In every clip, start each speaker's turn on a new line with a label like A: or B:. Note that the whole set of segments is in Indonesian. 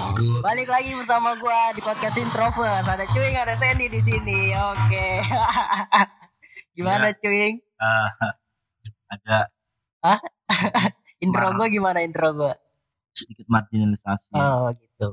A: Balik lagi bersama gua di podcast Introvert. Ada Cuing, ada Sandy di sini. Oke. Gimana Cuing?
B: Agak
A: Intro gua gimana intro gua?
B: sedikit marginalisasi.
A: Oh gitu.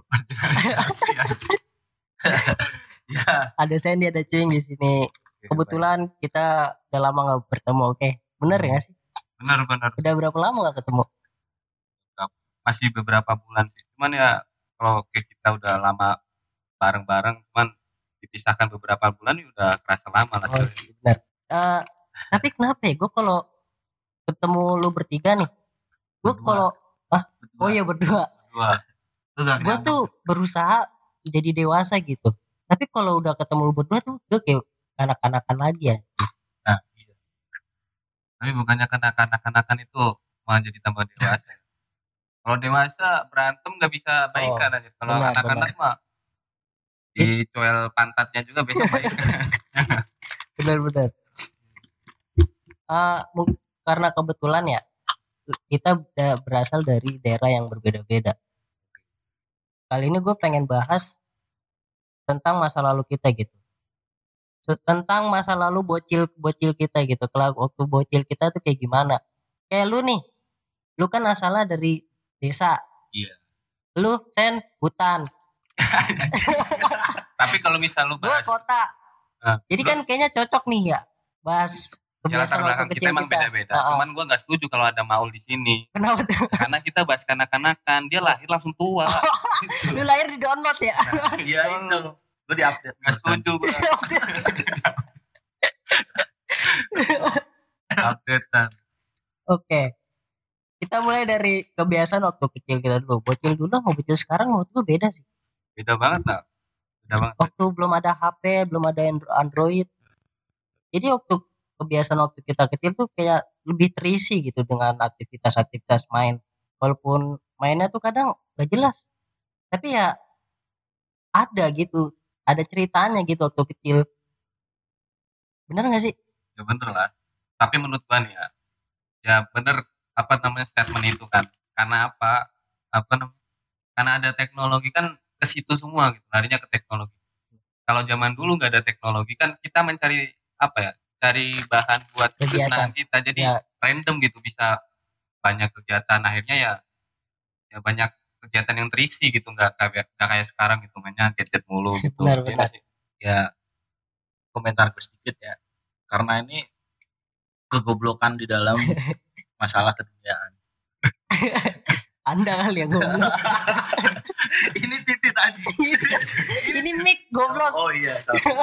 B: Ya.
A: Ada Sandy, ada Cuing di sini. Kebetulan kita udah lama nggak bertemu. Oke. Bener ya sih?
B: Benar.
A: Udah berapa lama nggak ketemu?
B: Masih beberapa bulan sih. Cuman ya kalau kayak kita udah lama bareng-bareng, cuman dipisahkan beberapa bulan ya udah kerasa lama lah.
A: Oh, bener. Tapi kenapa ya? Gue kalau ketemu lu bertiga nih, gue kalau berdua. Gue tuh berusaha jadi dewasa gitu. Tapi kalau udah ketemu lu berdua tuh gue kayak kanak-kanakan lagi ya.
B: Nah, iya. Tapi bukannya kanak-kanakan itu malah jadi tambah dewasa. Kalau dewasa berantem nggak bisa baikan aja. Kalau anak-anak mah dicuel pantatnya juga besok baikan.
A: Benar. Karena kebetulan ya kita udah berasal dari daerah yang berbeda-beda. Kali ini gue pengen bahas tentang masa lalu kita gitu. Tentang masa lalu bocil kita gitu. Kalau waktu bocil kita tuh kayak gimana? Kayak lu nih. Lu kan asalnya dari desa.
B: Iya.
A: Lu Sen hutan.
B: Tapi kalau misal lu bahas
A: gua kota. Jadi kan kayaknya cocok nih ya bahas kebiasaan waktu kecil
B: kita. Emang beda-beda. Cuman gua nggak setuju kalau ada Maul di sini.
A: Kenapa tuh?
B: Karena kita bahas kanak-kanakan, dia lahir langsung tua.
A: Lu lahir di download ya?
B: Iya itu. Lu di-update. Nggak setuju gua. Updatean.
A: Oke. Kita mulai dari kebiasaan waktu kecil kita dulu. Bocil dulu sama bocil sekarang menurut gue beda sih.
B: Beda banget lah.
A: Waktu belum ada HP, belum ada Android. Jadi waktu kebiasaan waktu kita kecil tuh kayak lebih terisi gitu dengan aktivitas-aktivitas main. Walaupun mainnya tuh kadang gak jelas. Tapi ya ada gitu. Ada ceritanya gitu waktu kecil. Bener gak sih?
B: Ya bener lah. Tapi menurut gue nih ya bener apa namanya statement itu kan. Karena apa namanya? Karena ada teknologi kan ke situ semua gitu. Larinya ke teknologi. Kalau zaman dulu nggak ada teknologi kan kita mencari apa ya? Cari bahan buat kesenangan kita. Jadi random gitu, bisa banyak kegiatan. Akhirnya ya banyak kegiatan yang terisi gitu, nggak kayak sekarang gitu mainnya gadget mulu gitu.
A: Benar.
B: Ya komentar gue sedikit ya. Karena ini kegoblokan di dalam masalah keduniaan.
A: Anda kali yang goblok.
B: Ini titik tadi.
A: Ini mic goblok.
B: Oh iya.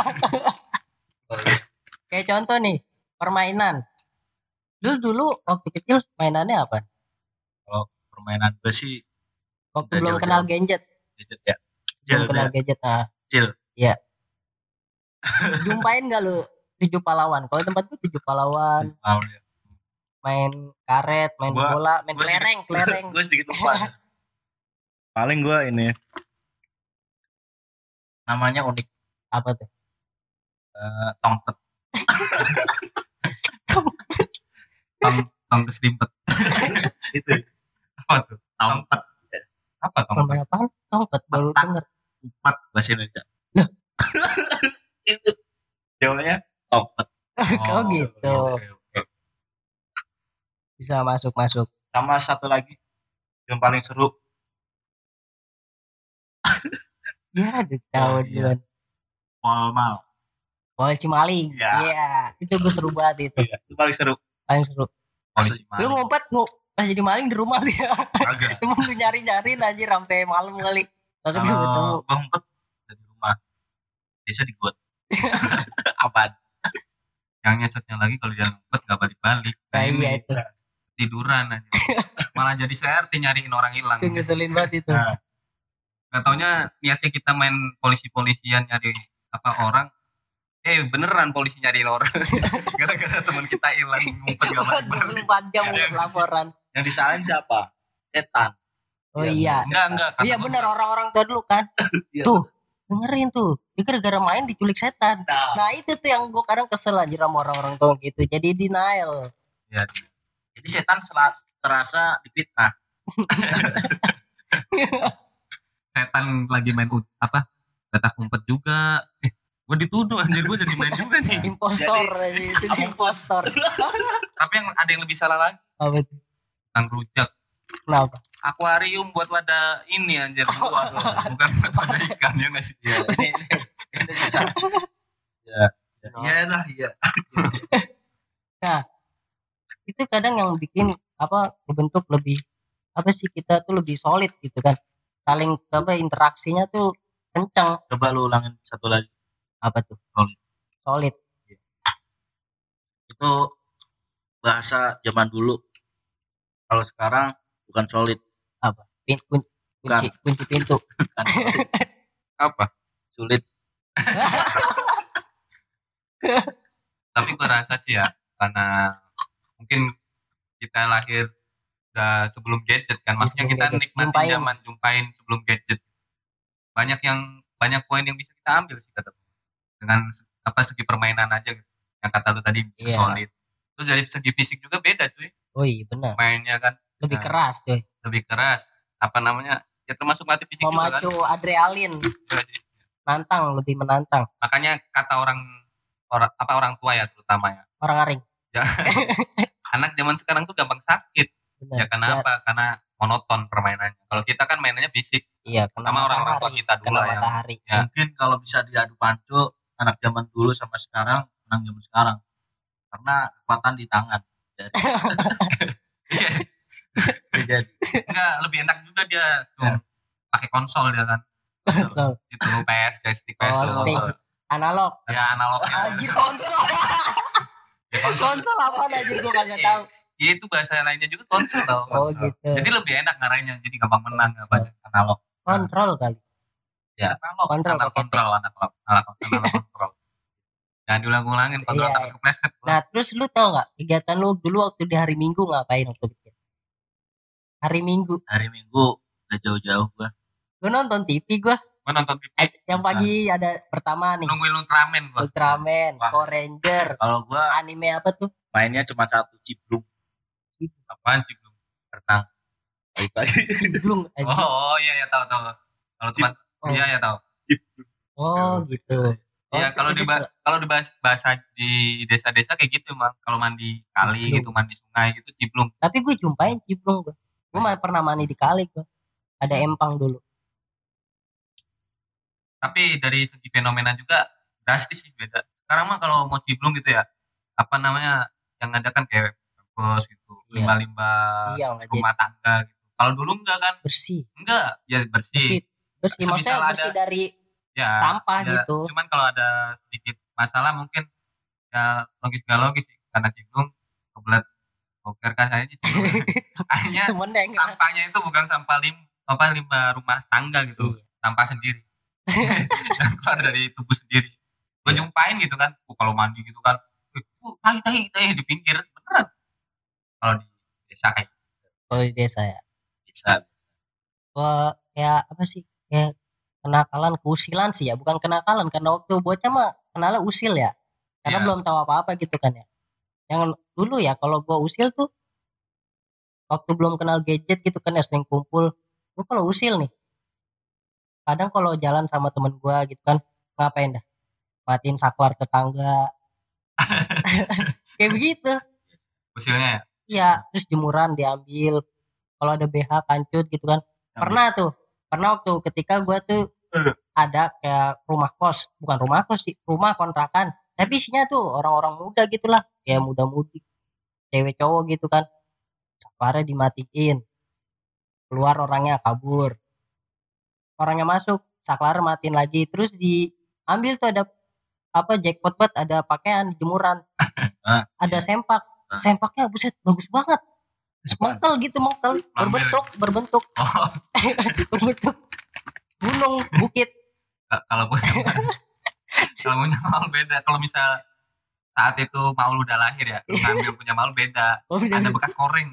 A: Kayak contoh nih, permainan. Dulu waktu kecil mainannya apa?
B: Kalau permainan gue sih
A: waktu belum kenal gadget.
B: Gadget ya.
A: Belum kenal gadget.
B: Cil.
A: Iya. Jumpain gak lu 7 pahlawan? Kalau tempat tuh 7 pahlawan. Main karet, main bola, main kelereng.
B: Gue sedikit lupa. Paling gue ini namanya unik.
A: Apa tuh?
B: Tongpet. Tong keselimpet. Itu. Apa tuh? Tongpet. Apa tongpet?
A: Apaan? Tongpet baru denger.
B: Empat bahasa Indonesia. Loh. Itu. Jawabnya tongpet.
A: Oh gitu. Okay. Bisa masuk.
B: Sama satu lagi yang paling seru.
A: Ya, tahu duluan.
B: Polmal.
A: Polisi maling. Iya. Itu gue seru banget itu.
B: Iya, itu paling seru.
A: Polisi maling. Lu ngumpet pas jadi maling di rumah dia.
B: Agak.
A: Emang lu nyari-nyari anjir sampai malam kali.
B: Kalau gua ngumpet dari rumah. Biasa di got. Apaan? Yang nyesetnya lagi kalau dia ngumpet enggak balik-balik.
A: Iya itu.
B: Tiduran aja. Malah jadi CRT nyariin orang hilang.
A: Itu ngeselin banget itu.
B: Gak taunya niatnya kita main polisi-polisian nyari orang. Beneran polisi nyariin orang. Gara-gara teman kita hilang ngumpet gak balik-balik.
A: 24 jam laporan.
B: Yang disalahin siapa? Setan.
A: Oh iya.
B: Enggak.
A: Iya benar, orang-orang tua dulu kan. Tuh, dengerin tuh. Dia gara-gara main diculik setan. Nah, itu tuh yang gue kadang kesel aja sama orang-orang tua gitu. Jadi denial.
B: Iya. Jadi setan terasa dipitnah. Kapan lagi main petak umpet juga. Gue dituduh anjir, gue jadi main juga nih.
A: Impostor itu impostor.
B: Tapi yang ada yang lebih salah lagi.
A: Apa itu?
B: Tang rujak.
A: Kenapa?
B: Akuarium buat wadah ini anjir gua. Bukan buat wadah ikan ya nggak sih?
C: Ya, ini susah. Ya. Iya lah, iya.
A: Nah, itu kadang yang bikin bentuk lebih kita tuh lebih solid gitu kan. Saling interaksinya tuh kencang.
C: Coba lu ulangin satu lagi.
A: Apa tuh? Solid.
C: Itu bahasa zaman dulu. Kalau sekarang bukan solid.
A: Apa? Kunci pintu.
C: Bukan solid.
B: Apa?
C: Sulit.
B: Tapi gue rasa sih ya, karena mungkin kita lahir udah sebelum gadget kan, maksudnya kita nikmatin zaman jumpain sebelum gadget. Banyak poin yang bisa kita ambil sih kata dengan segi permainan aja gitu. Yang kata lu tadi bisa solid. Terus dari segi fisik juga beda cuy.
A: Oh iya benar.
B: Mainnya kan
A: lebih keras cuy.
B: Lebih keras. Ya termasuk latih fisik juga kan.
A: Memacu adrenalin. Lebih menantang.
B: Makanya kata orang tua ya terutama ya.
A: Orang aring.
B: Anak zaman sekarang tuh gampang sakit. Bener. Ya kenapa? Karena monoton permainannya. Kalau kita kan mainannya fisik.
A: Iya,
B: sama orang tua kita dulu ya.
C: Mungkin kalau bisa diadu pancu anak zaman dulu sama sekarang, anak zaman sekarang. Karena kekuatan di tangan. Jadi.
B: Enggak, lebih enak juga dia tuh. Pakai konsol dia kan.
A: Konsol.
B: Itu PS, stick PS tuh.
A: Analog.
B: Ya analog.
A: Anjir konsol. Konsol apa anjir gua kagak tahu.
B: Iya itu bahasa lainnya juga konsol tau.
A: Oh gitu.
B: Jadi lebih enak ngarahinnya, jadi gampang menang apa analog.
A: Kontrol kali.
B: Ya, kontrol. Jangan diulang-ulangin kontrol tapi kepleset.
A: Nah, terus lu tau enggak kegiatan lu dulu waktu di hari Minggu ngapain waktu kecil? Hari Minggu
C: enggak jauh-jauh gua.
A: Gua nonton TV gua.
B: Nonton TV.
A: Yang pagi ada pertama nih.
B: Nungguin Ultraman,
A: Power Ranger.
C: Kalau gua
A: anime apa tuh?
C: Mainnya cuma satu, Ciblung.
B: Apaan Ciblung?
C: Renang. Pagi-pagi.
A: Ciblung.
B: Oh iya ya tahu. Kalau teman iya ya tahu.
A: Oh gitu.
B: Iya kalau dibahas bahasa di desa-desa kayak gitu emang. Kalau mandi kali gitu, mandi sungai gitu Ciblung.
A: Tapi gue jumpain Ciblung gua. Gua pernah mandi di kali gua. Ada empang dulu.
B: Tapi dari segi fenomena juga drastis sih beda. Sekarang mah kalau mau Ciblung gitu ya, yang ada kan kayak bos gitu, limbah-limbah rumah tangga gitu. Kalau dulu enggak kan?
A: Bersih.
B: Enggak, ya bersih.
A: Maksudnya bersih dari sampah gitu.
B: Cuman kalau ada sedikit masalah mungkin ya logis gak logis sih. Karena Ciblung kebelet boker kan saya hanya sampahnya itu bukan sampah limbah rumah tangga gitu, sampah sendiri. Yang keluar dari tubuh sendiri. Gue jumpain gitu kan, kalau mandi gitu kan, tahi di pinggir beneran. Kalau di desa kayak.
A: Kalau di desa ya.
C: Bisa.
A: Gua ya apa sih? Kayak kenakalan, keusilan sih ya, bukan kenakalan karena waktu bocah mah kenalnya usil ya. Karena belum tahu apa-apa gitu kan ya. Yang dulu ya kalau gua usil tuh waktu belum kenal gadget gitu kan ya sering kumpul. Gua kalau usil nih. Kadang kalau jalan sama temen gua gitu kan, ngapain dah? Matiin saklar tetangga. Kayak begitu.
B: Usilnya ya?
A: Iya, terus jemuran diambil. Kalau ada BH kancut gitu kan. Pernah waktu ketika gua tuh ada kayak bukan rumah kos sih, rumah kontrakan. Tapi isinya tuh orang-orang muda gitulah, kayak muda-mudi. Cewek cowok gitu kan. Saklarnya dimatiin. Keluar orangnya kabur. Orangnya masuk, saklar matiin lagi, terus diambil tuh ada jackpot banget, ada pakaian jemuran. Ada sempak. Sempaknya buset bagus banget. Mengkel berbentuk berbentuk gunung bukit.
B: Kalau punya maul beda. Kalau misal saat itu maul udah lahir ya, lu ngambil punya maul beda. Ada bekas koreng.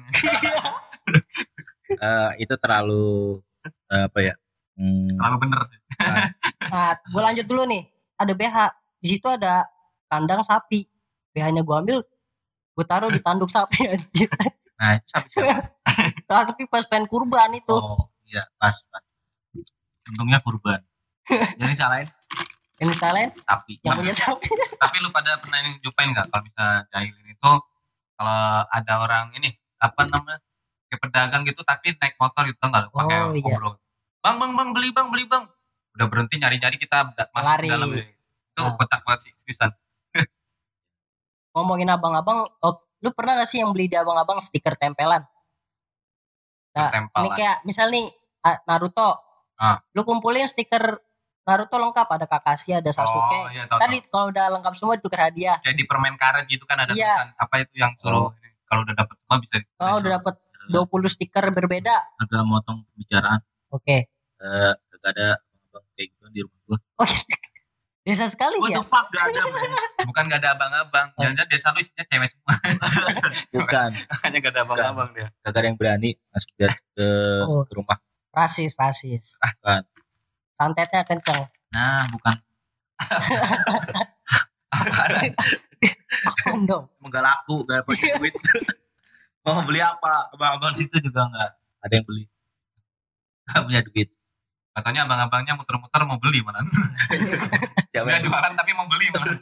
C: Itu terlalu
B: terlalu bener sih.
A: Nah, gue lanjut dulu nih. Ada BH. Di situ ada kandang sapi. BH-nya gue ambil, gue taruh di tanduk sapi anjir.
C: Nah, itu sapi siapa?
A: Tapi pas pengen kurban itu.
C: Oh, iya, pas. untungnya kurban. Jadi salahin
A: Yang disalahin
C: sapi.
A: yang punya sapi.
B: Tapi lu pada pernah nyobain nggak kalau misalnya jahilin itu kalau ada orang ini apa namanya kayak pedagang gitu tapi naik motor gitu nggak pakai
A: Oh, iya.
B: obrol. Bang beli bang. Udah berhenti nyari kita masuk
A: Lari.
B: ke dalam itu
A: Ah.
B: kocak banget sih seriusan.
A: Ngomongin abang-abang, lu pernah gak sih yang beli di abang-abang stiker tempelan? Nah, ini
B: Tempelan.
A: kayak misal nih Naruto.
B: Ah.
A: Lu kumpulin stiker Naruto lengkap, ada Kakashi, ada Sasuke.
B: Oh, iya, tahu,
A: Tadi kalau udah lengkap semua ditukar hadiah.
B: Kayak di permen karet gitu kan ada
A: Iya.
B: tulisan apa itu yang suruh ini. Kalau udah dapet semua bisa
A: Oh, udah dapet 20 stiker berbeda.
C: Agak motong pembicaraan.
A: Oke.
C: Gak ada abang kayak gitu di rumah gua.
A: Oh, biasa sekali
C: What
A: ya.
C: the fuck gak ada man.
B: bukan gak ada abang-abang. Jangan-jangan desa lu isinya cewek semua.
C: Bukan.
B: Hanya gak ada abang-abang dia.
C: Gak ada yang berani masuk ke
A: Oh.
C: rumah.
A: Rasis.
C: Bukan.
A: Santetnya kenceng.
C: Nah bukan
A: Apaan dong?
C: gak laku gak dapat duit. Mau beli apa abang-abang situ juga gak ada yang beli. Gak punya duit.
B: Katanya abang-abangnya muter-muter mau beli mana.
C: Siapa
B: Gak
C: yang
B: jualan tapi mau beli malah.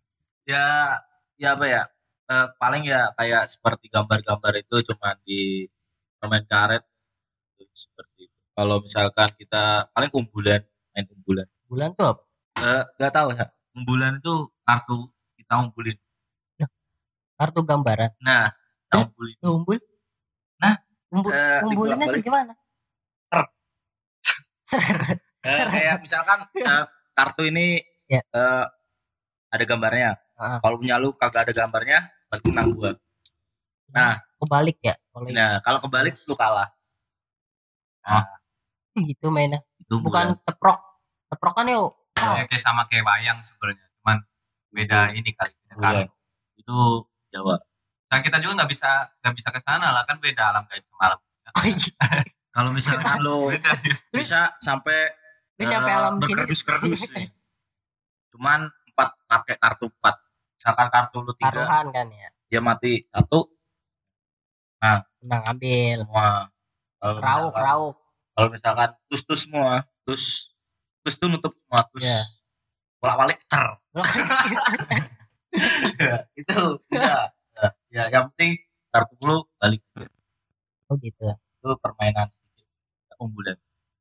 C: ya apa ya paling ya kayak seperti gambar-gambar itu cuma di permen karet seperti itu. Kalau misalkan kita paling main umbulan
A: Bulan tuh apa?
C: nggak tahu ya umbulan itu kartu kita umbulin.
A: Kartu gambaran.
C: Nah kita umbulin
A: Umbul?
C: Nah,
A: umbulinnya tuh
C: dibolak-balik.
A: gimana?
C: Kayak misalkan kartu ini
A: Ya.
C: ada gambarnya.
A: Ah.
C: Kalau punya lu kagak ada gambarnya berarti menang gua. Nah,
A: Kebalik ya kalau
C: kalau kebalik lu kalah.
A: gitu mainnya.
C: Itu
A: Bukan
C: umbulan.
A: teprok kan yuk.
B: Ya, kayak sama kayak wayang sebenarnya. Cuman beda ini kali. Beda
C: Umbulan.
B: kartu.
C: Itu Jawa.
B: Nah kita juga nggak bisa ke sana lah kan beda alam gaib sama alam.
A: Oh, iya.
C: Kalau misalkan lu bisa sampai
A: Lu nyampe alam sini.
C: berkerdus-kerdus nih. Cuman 4 pakai kartu 4. Misalkan kartu lu 3
A: Taruhan kan ya.
C: dia mati 1
A: Menang ambil.
C: semua. Kalau misalkan tus semua, tus tuh nutup semua tus.
A: Iya.
C: Bolak-balik cer. Itu bisa. Ya, yang penting kartu lu balik.
A: Oh gitu.
C: Itu permainan sedikit umbulan.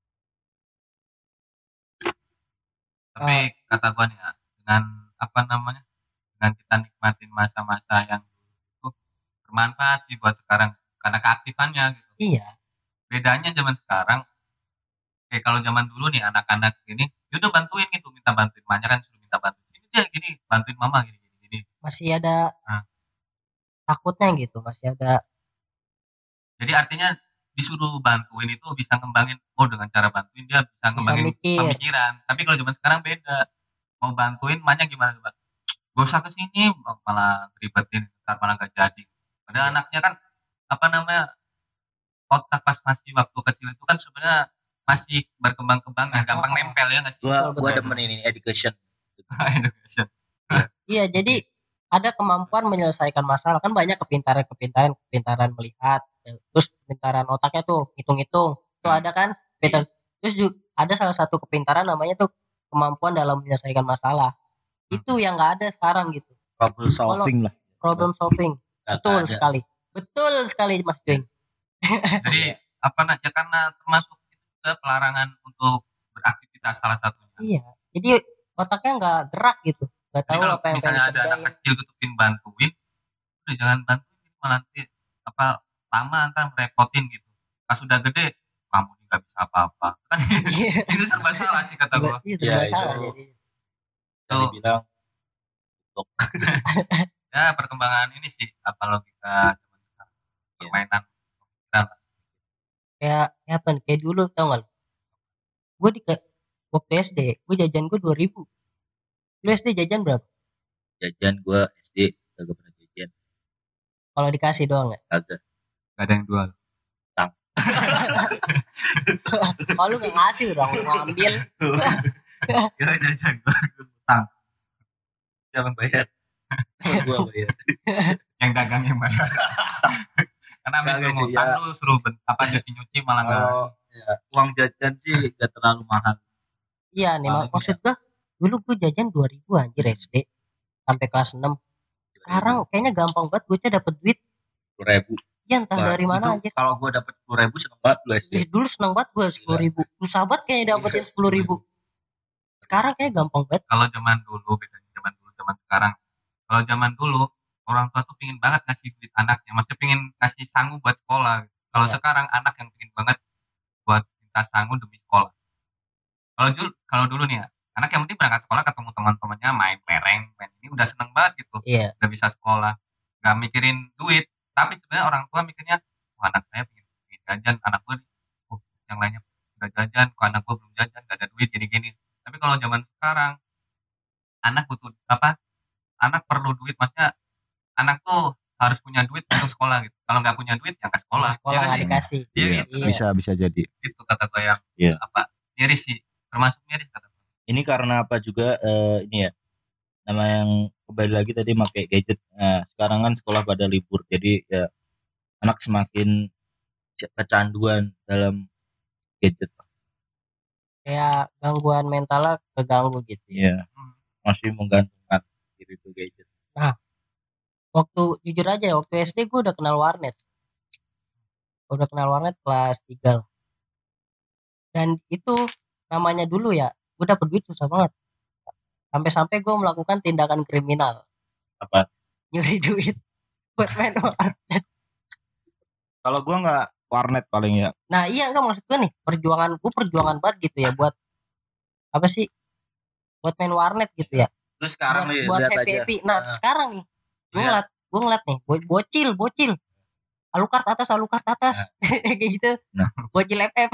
B: Tapi kata gua nih ya, dengan apa namanya, dengan kita nikmatin masa-masa yang dulu itu bermanfaat sih buat sekarang karena keaktifannya gitu.
A: Iya.
B: Bedanya zaman sekarang, kayak kalau zaman dulu nih anak-anak ini, dia udah bantuin gitu, minta bantuin mamanya kan suruh minta bantuin. Ini dia gini, bantuin mama gini.
A: Masih ada
B: Nah.
A: takutnya gitu, masih ada.
B: Jadi artinya disuruh bantuin itu bisa ngembangin, dengan cara bantuin dia bisa ngembangin
A: mikir.
B: pemikiran. Tapi kalau zaman sekarang beda. Mau bantuin mamanya gimana coba? Gak usah kesini, malah ribetin, ntar malah gak jadi. Padahal anaknya kan apa namanya otak pas masih waktu kecil itu kan sebenarnya masih berkembang-kembang ya, gampang nempel ya nggak sih?
C: Gua
A: Betul.
C: demen ini education.
B: Education.
A: Iya, jadi ada kemampuan menyelesaikan masalah kan banyak kepintaran melihat, terus kepintaran otaknya tuh hitung-hitung. Tuh ada kan terus juga ada salah satu kepintaran namanya tuh kemampuan dalam menyelesaikan masalah. Itu yang nggak ada sekarang gitu.
C: Problem solving lah.
A: Problem solving. Betul
C: Ada.
A: sekali. Betul sekali Mas Joy.
B: Jadi apa ya karena termasuk itu juga pelarangan untuk beraktivitas salah satunya.
A: Iya. Jadi otaknya nggak gerak gitu. Nggak
B: Jadi
A: tahu
B: kalau
A: apa yang
B: misalnya
A: pengen
B: ada anak
A: dikerjain.
B: kecil gitu pin bantuin, udah jangan bantuin malah nanti apa lama ntar merepotin gitu. Pas udah gede kamu nggak bisa apa-apa. Kan
A: Iya.
B: itu serba salah sih kata gua.
A: Iya, serba
C: Iya,
A: salah
C: itu.
A: jadi.
C: Tadi bilang
B: Ya perkembangan ini sih apa logika zaman sekarang. Permainan pemikiran.
A: Kayak apa nih? Kayak dulu tau gak? Gue waktu SD, gue jajan gue 2.000. Lu SD jajan berapa?
C: jajan gua SD kagak pernah jajan.
A: Kalau dikasih doang ya?
C: Kagak.
B: Gak ada yang jual.
A: Oh lu gak ngasih dong, lu ngambil.
C: Ya jajan gua utang. Siapa yang bayar? Gua bayar.
B: Yang dagang yang bayar. Karena habis
C: Kagak
B: lu
C: sih,
B: ngutang
C: ya.
B: lu suruh nyuci-nyuci malah nggak.
C: Kalau ya, uang jajan sih gak terlalu mahal.
A: Iya nih
C: Paling
A: maksud gua dulu gua jajan 2.000 anjir SD sampai kelas 6. Sekarang kayaknya gampang banget gua dapet duit
C: 10.000.
A: ya entah
C: Wah,
A: dari mana
C: itu
A: anjir.
C: kalau gue dapet 10.000 seneng banget lu SD.
A: Dulu seneng banget gua 10.000. Susah banget kayaknya dapetin 10.000. Sekarang kayak gampang banget.
B: Kalau zaman dulu bedanya zaman dulu zaman sekarang. Kalau zaman dulu orang tua tuh pingin banget ngasih duit anaknya, maksudnya pingin kasih sangu buat sekolah. Kalau
A: Ya.
B: sekarang anak yang pingin banget buat minta sangu demi sekolah. Kalau dulu nih ya, anak yang penting berangkat sekolah ketemu teman-temannya main lereng, main ini udah seneng banget gitu.
A: Iya.
B: Udah bisa sekolah, nggak mikirin duit. Tapi sebenarnya orang tua mikirnya, wah anak saya pengen jajan, anak gue yang lainnya udah jajan, kok anak gue belum jajan, gak ada duit gini-gini. Tapi kalau zaman sekarang, anak butuh apa? Anak perlu duit, maksudnya anak tuh harus punya duit untuk sekolah gitu. Kalau nggak punya duit ya nggak sekolah.
A: Sekolah
B: Iya nggak
A: nggak
B: sih?
A: dikasih.
B: Iya
D: Iya,
B: gitu.
A: Iya.
D: bisa jadi.
B: Itu kata gue yang
C: Iya.
B: apa? Miris sih, termasuk miris kata gue.
C: Ini karena apa juga ini ya, nama yang kembali lagi tadi pakai gadget. Nah, sekarang kan sekolah pada libur, jadi ya anak semakin kecanduan dalam gadget.
A: Kayak gangguan mentalnya keganggu gitu.
C: Iya, masih menggantungkan diri itu gadget.
A: Nah, waktu jujur aja waktu SD gue udah kenal warnet. Udah kenal warnet kelas 3 lah. Dan itu namanya dulu ya, gue dapet duit susah banget. Sampai-sampai gue melakukan tindakan kriminal.
C: Apa?
A: Nyuri duit buat main warnet.
C: Kalau gua nggak warnet paling ya.
A: Nah iya enggak maksud gue nih, perjuangan banget gitu ya buat apa sih? Buat main warnet gitu ya.
C: Terus sekarang nih
A: buat
C: lihat
A: happy
C: aja.
A: happy. Nah sekarang nih, gue
C: Lihat.
A: ngeliat nih, bocil, Alucard atas, kayak gitu.
C: Nah.
A: Bocil FF.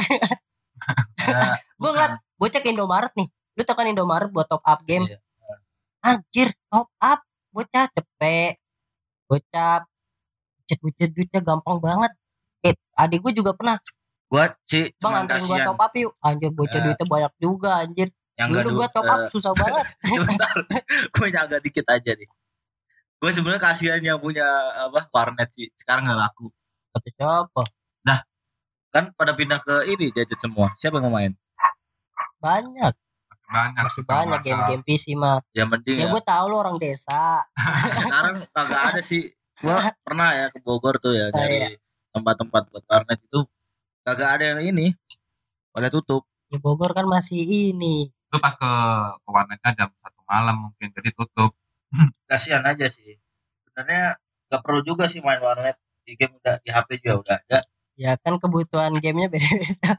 A: Gue ngeliat bocah ke Indomaret nih, lu tau kan Indomaret buat top up game.
C: Iya.
A: Anjir top up, bocah cepet, bocah bucet duitnya gampang banget. Adik gue juga pernah,
C: Gua sih
A: bang
C: cuman
A: anterin gue
C: kasihan.
A: top up yuk. Anjir bocah
C: Eh.
A: duitnya banyak juga anjir.
C: Yang
A: Dulu gue top up susah banget.
C: Sebentar, gue nyangga dikit aja nih. Gue sebenarnya kasihan yang punya apa warnet sih. Sekarang nggak laku.
A: Kata siapa?
C: Kan pada pindah ke ini gadget semua. Siapa yang mau main?
A: Banyak,
B: Banyak
A: masih banyak game-game PC mah.
C: Ya mending
A: Ya
C: ya.
A: gue tahu lo orang desa.
C: Sekarang kagak ada sih. Gue pernah ya ke Bogor tuh ya dari tempat-tempat buat warnet itu kagak ada yang ini. Pada tutup.
A: Di Bogor kan masih ini.
B: Itu pas ke warnetnya jam 1 malam mungkin, jadi tutup.
C: Kasihan aja sih. Sebenarnya nggak perlu juga sih main warnet. Di game udah di HP juga udah ada.
A: Ya kan kebutuhan gamenya beda-beda.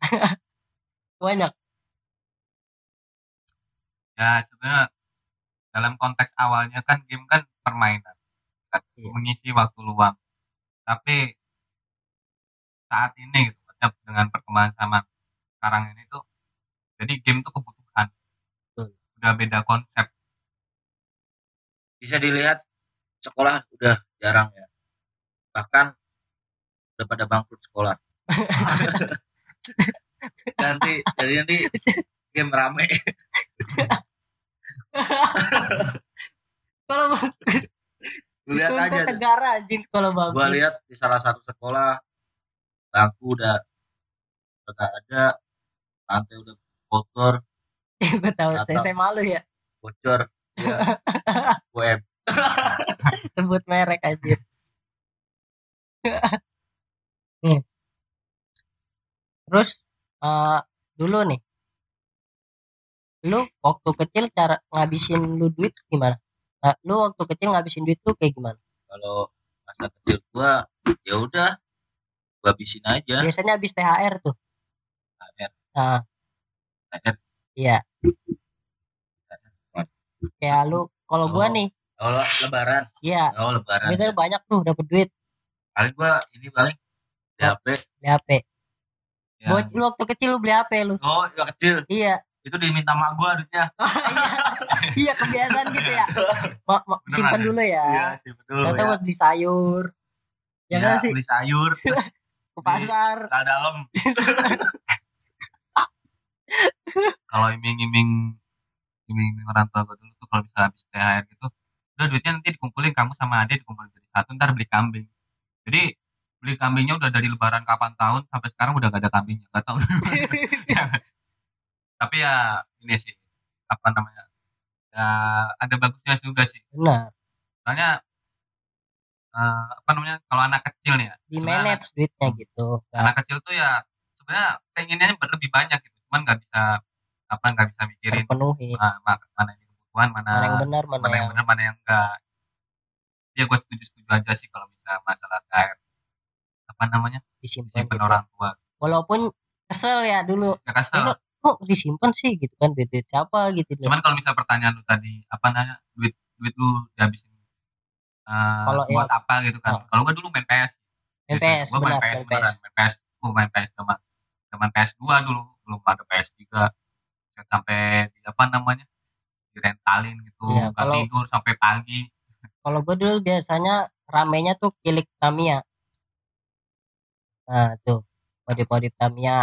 A: Banyak.
B: Ya sebenarnya dalam konteks awalnya kan game kan permainan, kan
A: Iya.
B: mengisi waktu luang. Tapi saat ini gitu, maksudnya dengan perkembangan zaman sekarang ini tuh, jadi game tuh kebutuhan.
C: Betul.
B: Udah beda konsep.
C: Bisa dilihat sekolah udah jarang ya. Bahkan udah pada bangkrut sekolah. Jadi nanti game rame.
A: Kalau
C: Lu lihat
A: itu
C: aja.
A: negara anjing sekolah bagus.
C: Gua lihat di salah satu sekolah bangku udah nggak ada, lantai udah kotor,
A: Gue tahu,
C: Datang.
A: saya malu ya
C: bocor. Ya. UM.
A: sebut merek aja. Nih. Terus dulu nih, lu waktu kecil cara ngabisin lu duit gimana? Nah, lu waktu kecil ngabisin duit tuh kayak gimana?
C: Kalau masa kecil gua ya udah gua habisin aja.
A: Biasanya habis THR tuh.
C: THR.
A: Nah,
C: THR.
A: iya. Kayak lu, kalau gua
C: Oh.
A: nih,
C: Kalau lebaran,
A: iya,
C: lebaran.
A: biasanya
C: Ya.
A: banyak tuh dapet duit
C: Paling gua ini paling di HP.
A: beli HP.
C: Ya.
A: Lu waktu kecil lu beli HP lu?
C: Oh, yang kecil.
A: Iya.
C: Itu diminta mak gua duitnya.
A: Iya kebiasaan gitu ya. Simpan dulu ya.
C: Iya, sih betul.
A: Ternyata
C: Ya.
A: buat beli sayur. Ya
C: Iya,
A: kan sih,
C: beli sayur
A: ke pasar.
C: di dalam.
B: Kalau iming-iming orang tua gue dulu tuh kalau bisa habis THR gitu, udah duitnya nanti dikumpulin, kamu sama adek dikumpulin jadi satu, ntar beli kambing. Jadi beli kambingnya udah dari lebaran kapan tahun sampai sekarang udah gak ada kambingnya, gak tahu. Tapi ya ini sih apa namanya, ya ada bagusnya juga sih,
A: Benar,
B: soalnya apa namanya, kalau anak kecil nih ya,
A: di
B: sebenarnya
A: manage duitnya gitu.
B: anak kecil tuh ya sebenarnya keinginannya lebih banyak gitu, cuman nggak bisa apa, nggak bisa mikirin
A: Terpenuhi.
B: mana yang kebutuhan, mana
A: Mana yang benar, mana
B: mana yang
A: yang
B: benar, mana yang enggak. Ya gue setuju aja sih kalau misalnya masalah kayak apa namanya,
A: disimpan
B: disimpan
A: gitu.
B: orang tua.
A: Walaupun kesel ya dulu.
B: Ya kesel.
A: Lu kok disimpan sih gitu kan, duit siapa gitu loh.
B: Cuman kalau misal pertanyaan lu tadi apa namanya, duit duit lu dihabisin
A: Kalau
B: buat
A: yang
B: apa gitu kan. Kalau gue dulu main PS.
A: main PS,
B: Gue main
A: benar,
B: PS
A: main
B: beneran,
A: PS.
B: main PS. Gue main PS zaman zaman PS2 dulu, belum ada PS3. Sampai di apa namanya, direntalin gitu,
A: Iya,
B: nggak tidur sampai pagi.
A: Kalau gue dulu biasanya ramenya tuh Kilik Tamiya. Nah, tuh modif-modif Tamiya.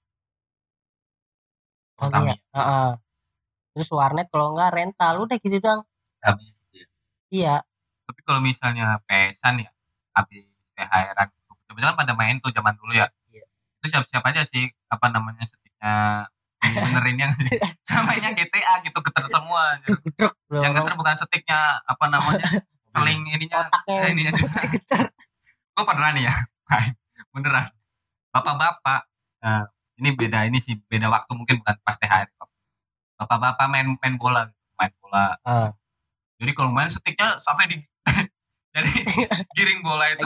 A: Tamiya. Heeh. Terus warnet kalau enggak rental, udah gitu doang.
B: Tamiya gitu ya.
A: Iya.
B: Tapi kalau misalnya PS-an ya, habis THR-an gitu, kebetulan pada main tuh zaman dulu ya.
A: Iya.
B: Itu siap-siap aja sih apa namanya, sticknya benerinnya. Samanya GTA gitu keter semua.
A: Truk,
B: yang keter bukan sticknya apa namanya, seling ininya,
A: otaknya
B: ininya juga. Gue pernah nih ya, beneran. Bapak-bapak, nah, ini beda, ini sih beda waktu, mungkin bukan pas THR. Bapak-bapak main main bola, main bola. Jadi kalau main sticknya sampai di jadi giring bola itu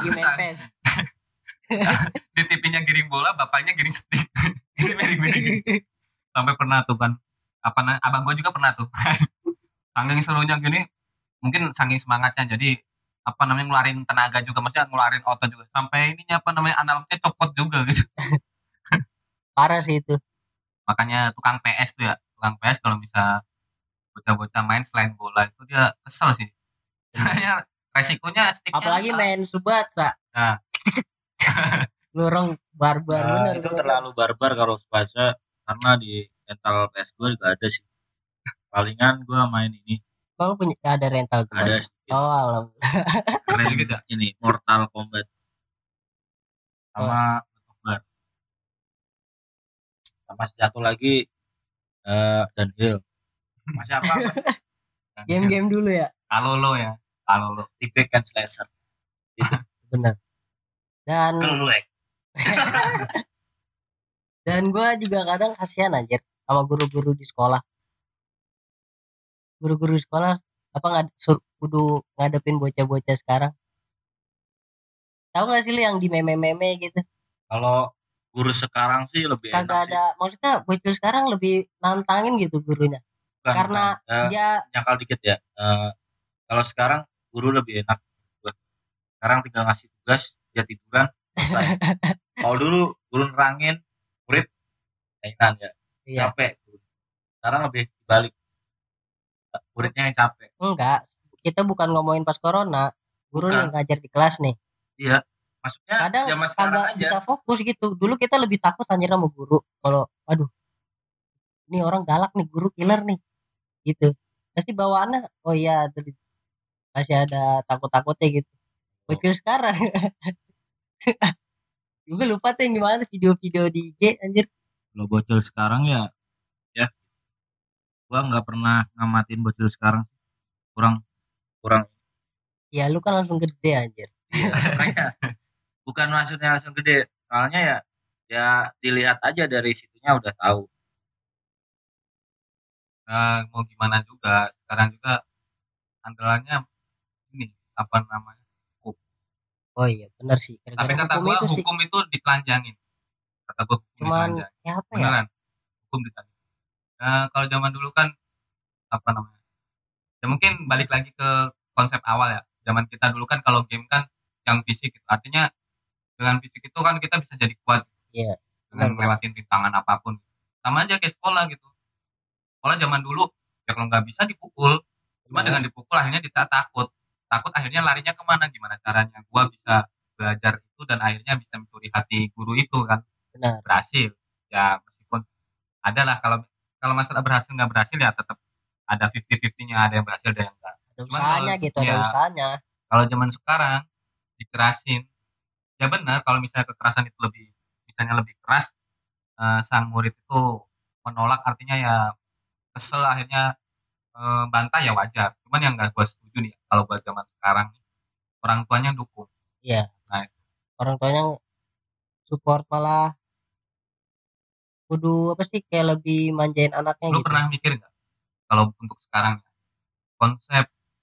B: di TV-nya giring bola, bapaknya giring stick. Ini miring-miring. Sampai pernah tuh kan, apa namanya, abang gue juga pernah tuh. Saking serunya gini, mungkin saking semangatnya, jadi apa namanya, ngeluarin tenaga juga, maksudnya ngeluarin otot juga, sampai ininya apa namanya, analognya copot juga gitu.
A: Parah sih itu.
B: Makanya tukang PS tuh ya, tukang PS kalau bisa bocah-bocah main selain bola itu dia kesel sih. Soalnya resikonya sticknya
A: apalagi rusak. Main Subatsa.
B: Nah.
A: Lorong barbar bener.
C: Itu terlalu barbar kalau Subatsa, karena di rental PS gue juga ada sih. Palingan gue main ini.
A: Kalau punya ada rental tuh.
C: Ada sedikit.
A: Oh, alhamdulillah.
C: Keren juga ini Mortal Kombat sama Kombat. Sama satu lagi Downhill. Masih apa?
A: Game-game dulu ya.
B: Kalau lo
C: T-Bag and Slasher. Itu
A: benar. Dan dan gue juga kadang kasihan anjir sama guru-guru di sekolah. Guru-guru di sekolah apa kudu ngadepin bocah-bocah sekarang. Tahu gak sih lu yang di meme-meme gitu?
C: Kalau guru sekarang sih lebih enak sih.
A: Kagak ada, maksudnya bocil sekarang lebih nantangin gitu gurunya. Karena dia
C: nyakal dikit ya. Kalau sekarang guru lebih enak. Sekarang tinggal ngasih tugas, dia tiduran, selesai. Kalau dulu guru nerangin, murid mainan ya. Iya. Capek. Sekarang lebih balik. Muridnya yang capek.
A: Enggak, kita bukan ngomongin pas corona. Guru nih ngajar di kelas nih.
C: Iya. Maksudnya
A: kadang kagak bisa fokus gitu. Dulu kita lebih takut anjir sama guru. Kalau aduh, ini orang galak nih, guru killer nih. Gitu. Pasti bawaannya, oh iya, masih ada takut-takutnya gitu. Bocil sekarang. Juga lupa tuh gimana video-video di IG anjir.
C: Kalau bocil sekarang ya gua nggak pernah ngamatin bocil sekarang, kurang
A: ya lu kan langsung gede anjir.
C: Iya, makanya bukan maksudnya langsung gede, soalnya ya dilihat aja dari situnya udah tahu.
B: Nah, mau gimana juga sekarang juga andalannya ini apa namanya, hukum.
A: Oh iya benar sih.
B: Tapi kata gua hukum itu ditelanjangin. Kata gua hukum
A: cuman ya apa
B: beneran, ya? Hukum ditelanjangin. Nah, kalau zaman dulu kan apa namanya, ya mungkin balik lagi ke konsep awal ya. Zaman kita dulu kan kalau game kan yang fisik gitu. Artinya dengan fisik itu kan kita bisa jadi kuat.
A: Iya.
B: Dengan melewatin rintangan apapun. Sama aja kayak sekolah gitu. Sekolah zaman dulu ya kalau nggak bisa dipukul. Cuma dengan dipukul akhirnya kita takut. Takut akhirnya larinya kemana? Gimana caranya gua bisa belajar itu dan akhirnya bisa mencuri hati guru itu kan.
A: Benar.
B: Berhasil. Ya meskipun adalah kalau masalah berhasil nggak berhasil ya tetap ada 50-50-nya, ada yang berhasil, ada yang enggak.
A: Ada usahanya gitu, ada usahanya.
B: Kalau zaman sekarang dikerasin, Ya benar, kalau misalnya kekerasan itu misalnya lebih keras, sang murid itu menolak, artinya ya kesel, akhirnya bantah, ya wajar. Cuman yang nggak gua setuju nih, kalau buat zaman sekarang nih, orang tuanya dukung.
A: Iya,
B: Nah,
A: orang tuanya support, malah kudu apa sih, kayak lebih manjain anaknya
B: lu
A: gitu.
B: pernah mikir nggak kalau untuk sekarang konsep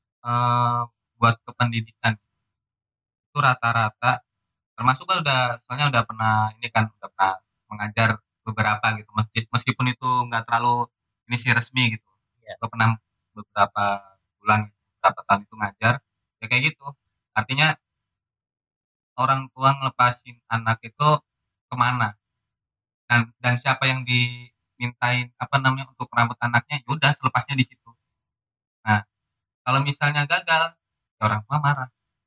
B: buat kependidikan itu rata-rata, termasuk kan soalnya udah pernah ini kan, udah pernah mengajar beberapa gitu, meskipun itu nggak terlalu ini sih resmi gitu.
A: Iya.
B: Gue pernah beberapa bulan, beberapa tahun itu ngajar, ya kayak gitu. Artinya orang tua ngelepasin anak itu kemana, dan siapa yang dimintain apa namanya untuk merawat anaknya, ya udah selepasnya di situ. Nah, kalau misalnya gagal, ya orang tua marah.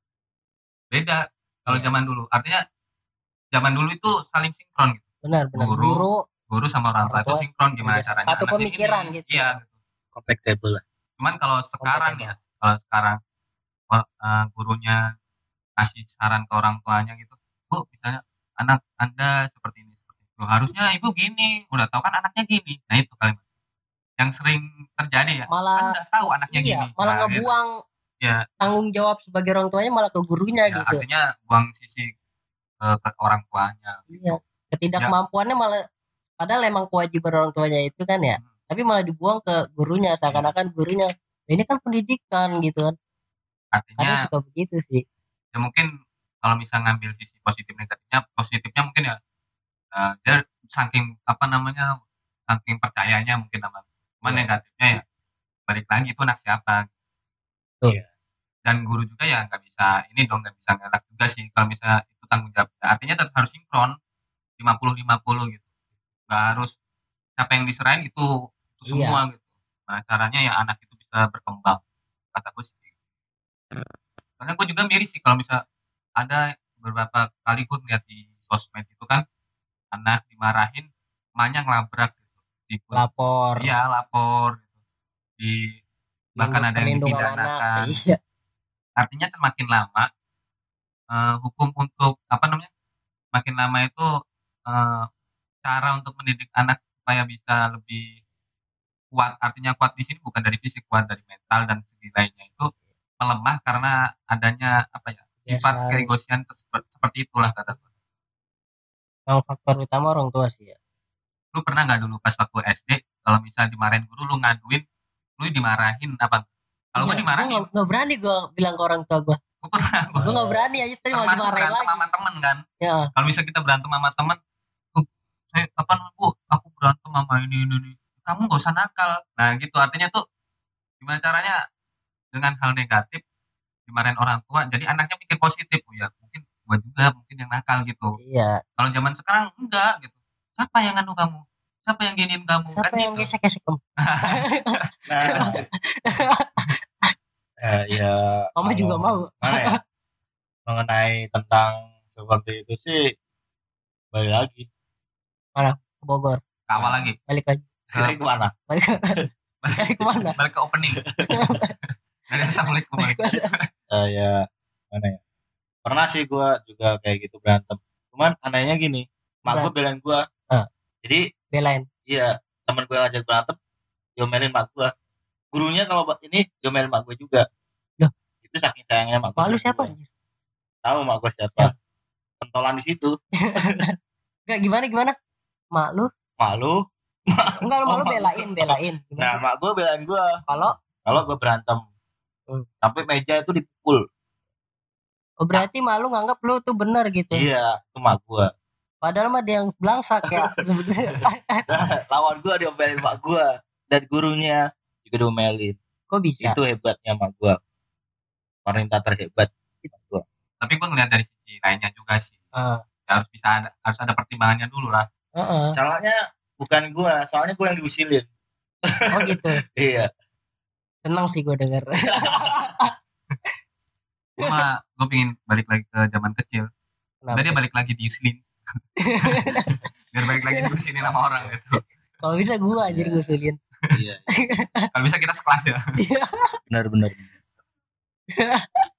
B: Beda kalau
A: Iya,
B: zaman dulu. Artinya zaman dulu itu saling sinkron gitu.
A: benar-benar
B: Guru
A: guru
B: guru sama orang
A: orang
B: tua itu
A: tua
B: sinkron, gimana
A: kerja
B: caranya
A: satu
B: anaknya
A: pemikiran
B: gini.
A: gitu.
B: Iya.
C: Compatible lah.
B: Cuman kalau sekarang
A: Compatible.
B: ya, kalau sekarang gurunya kasih saran ke orang tuanya gitu, Bu, misalnya anak Anda seperti ini, seperti itu. Loh, harusnya ibu gini, udah tahu kan anaknya gini. Nah itu kalimat yang sering terjadi ya. Kan
A: Malah
B: udah tahu anaknya
A: iya,
B: gini.
A: malah
B: Nah, gitu.
A: ngebuang
B: Ya,
A: tanggung jawab sebagai orang tuanya malah ke gurunya
B: ya
A: gitu.
B: artinya buang sisi ke orang tuanya
A: Iya,
B: gitu.
A: ketidakmampuannya malah, padahal emang kewajiban orang tuanya itu kan ya,
B: Hmm.
A: tapi malah dibuang ke gurunya, seakan-akan gurunya, "Ya ini kan pendidikan," gitu kan. Kadang
B: Artinya
A: suka begitu sih.
B: ya mungkin kalau bisa ngambil sisi positif positifnya mungkin ya, dia saking apa namanya, saking percayanya mungkin sama. Cuman
A: Iya.
B: negatifnya ya balik lagi itu anak siapa.
A: Betul.
C: Iya.
B: Dan guru juga ya nggak bisa ini dong, nggak bisa ngelak juga sih kalau misalnya itu tanggung jawab. Artinya tetap harus sinkron 50-50 gitu. Nggak harus siapa yang diserahin itu
A: Iya.
B: semua gitu. Nah, caranya ya anak itu bisa berkembang. Kataku sih. Karena gue juga miris sih kalau misal ada beberapa kali gue ngeliat di sosmed itu kan, anak dimarahin, emaknya ngelabrak gitu.
A: Lapor.
B: Iya, lapor gitu. Bahkan ada yang
A: Perlindungan anak.
B: dipidanakan.
A: Iya.
B: Artinya semakin lama hukum untuk apa namanya? Makin lama itu eh, cara untuk mendidik anak supaya bisa lebih kuat. Artinya kuat di sini bukan dari fisik, kuat dari mental dan segi lainnya itu melemah karena adanya apa ya? Sifat
A: Kebiasaan.
B: keegosian seperti itulah kata gue.
A: Yang faktor utama orang tua sih ya.
B: Lu pernah nggak dulu pas waktu SD kalau misal dimarahin guru lu ngaduin, lu dimarahin apa? Kalau gue dimarahin,
A: Gue nggak berani gue bilang ke orang tua gue.
B: gue pernah.
A: Gue nggak berani aja, tadi mau
B: Termasuk
A: dimarahin
B: berantem
A: lagi.
B: sama temen kan.
A: Ya.
B: Kalau misal kita berantem sama temen, saya apa namanya, Bu, aku berantem sama ini. Kamu gak usah nakal. Nah gitu, artinya tuh gimana caranya dengan hal negatif dimarahin orang tua, jadi anaknya mikir positif. Oh ya mungkin gua juga mungkin yang nakal gitu.
A: Iya.
B: Kalau zaman sekarang enggak gitu. Siapa yang nganu kamu? Siapa yang giniin kamu?
A: Siapa
B: Kan
A: yang
B: gitu.
A: gesek-gesek kamu?
C: Nah, ya
A: Mama
C: kalau
A: juga mau.
C: mana ya, mengenai tentang seperti itu sih balik lagi
A: Mana? Ke Bogor.
B: Awal lagi.
A: Balik lagi.
C: ke mana?
A: Balik kemana?
B: Balik ke opening. Dari assalamualaikum.
C: Ya mana ya, pernah sih gue juga kayak gitu berantem, cuman anehnya gini, mak gue belain gue. Jadi
A: Belain.
C: iya, teman gue ngajak berantem diomelin mak gue, gurunya kalau ini diomelin mak gue juga.
A: Loh,
C: itu saking sayangnya mak gue.
A: Malu siapa?
C: Tahu mak gue siapa? Pentolan di situ.
A: Enggak, gimana? Malu? Enggak, malu belain. Gimana?
C: Nah, mak gue belain gue kalau gue berantem. Sampai meja itu dipukul.
A: Oh, berarti malu nganggap lu tuh benar gitu.
C: Iya, itu mak gue.
A: Padahal mah dia yang belangsak ya sebenarnya.
C: Lawan gue diomelin mak gue, dan gurunya juga diomelin.
A: Kok bisa?
C: Itu hebatnya mak gue. Wanita terhebat.
B: Tapi gue ngeliat dari sisi lainnya juga sih. Ya, harus ada pertimbangannya dulu lah.
C: Soalnya bukan gue, soalnya gue yang diusilin.
A: Oh gitu.
C: Iya.
A: Senang sih gue denger.
B: Gue pengen balik lagi ke zaman kecil. Dia balik lagi diusilin. Biar balik lagi diusilin sama orang gitu.
A: Kalau bisa gue anjir ngusulin.
C: Iya.
B: Kalau bisa kita sekelas ya.
C: Benar.